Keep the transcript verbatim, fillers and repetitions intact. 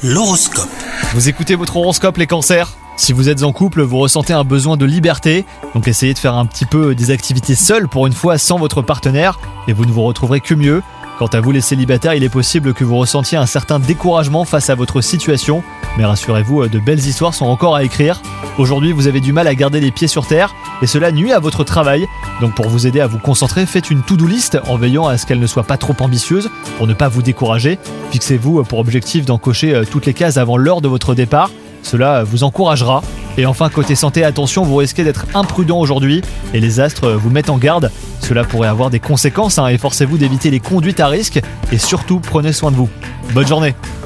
L'horoscope. Vous écoutez votre horoscope les cancers ? Si vous êtes en couple, vous ressentez un besoin de liberté, donc essayez de faire un petit peu des activités seules pour une fois sans votre partenaire et vous ne vous retrouverez que mieux. Quant à vous les célibataires, il est possible que vous ressentiez un certain découragement face à votre situation, mais rassurez-vous, de belles histoires sont encore à écrire. Aujourd'hui, vous avez du mal à garder les pieds sur terre et cela nuit à votre travail. Donc pour vous aider à vous concentrer, faites une to-do list en veillant à ce qu'elle ne soit pas trop ambitieuse pour ne pas vous décourager. Fixez-vous pour objectif d'en cocher toutes les cases avant l'heure de votre départ. Cela vous encouragera. Et enfin, côté santé, attention, vous risquez d'être imprudent aujourd'hui et les astres vous mettent en garde. Cela pourrait avoir des conséquences hein, et forcez-vous d'éviter les conduites à risque et surtout prenez soin de vous. Bonne journée.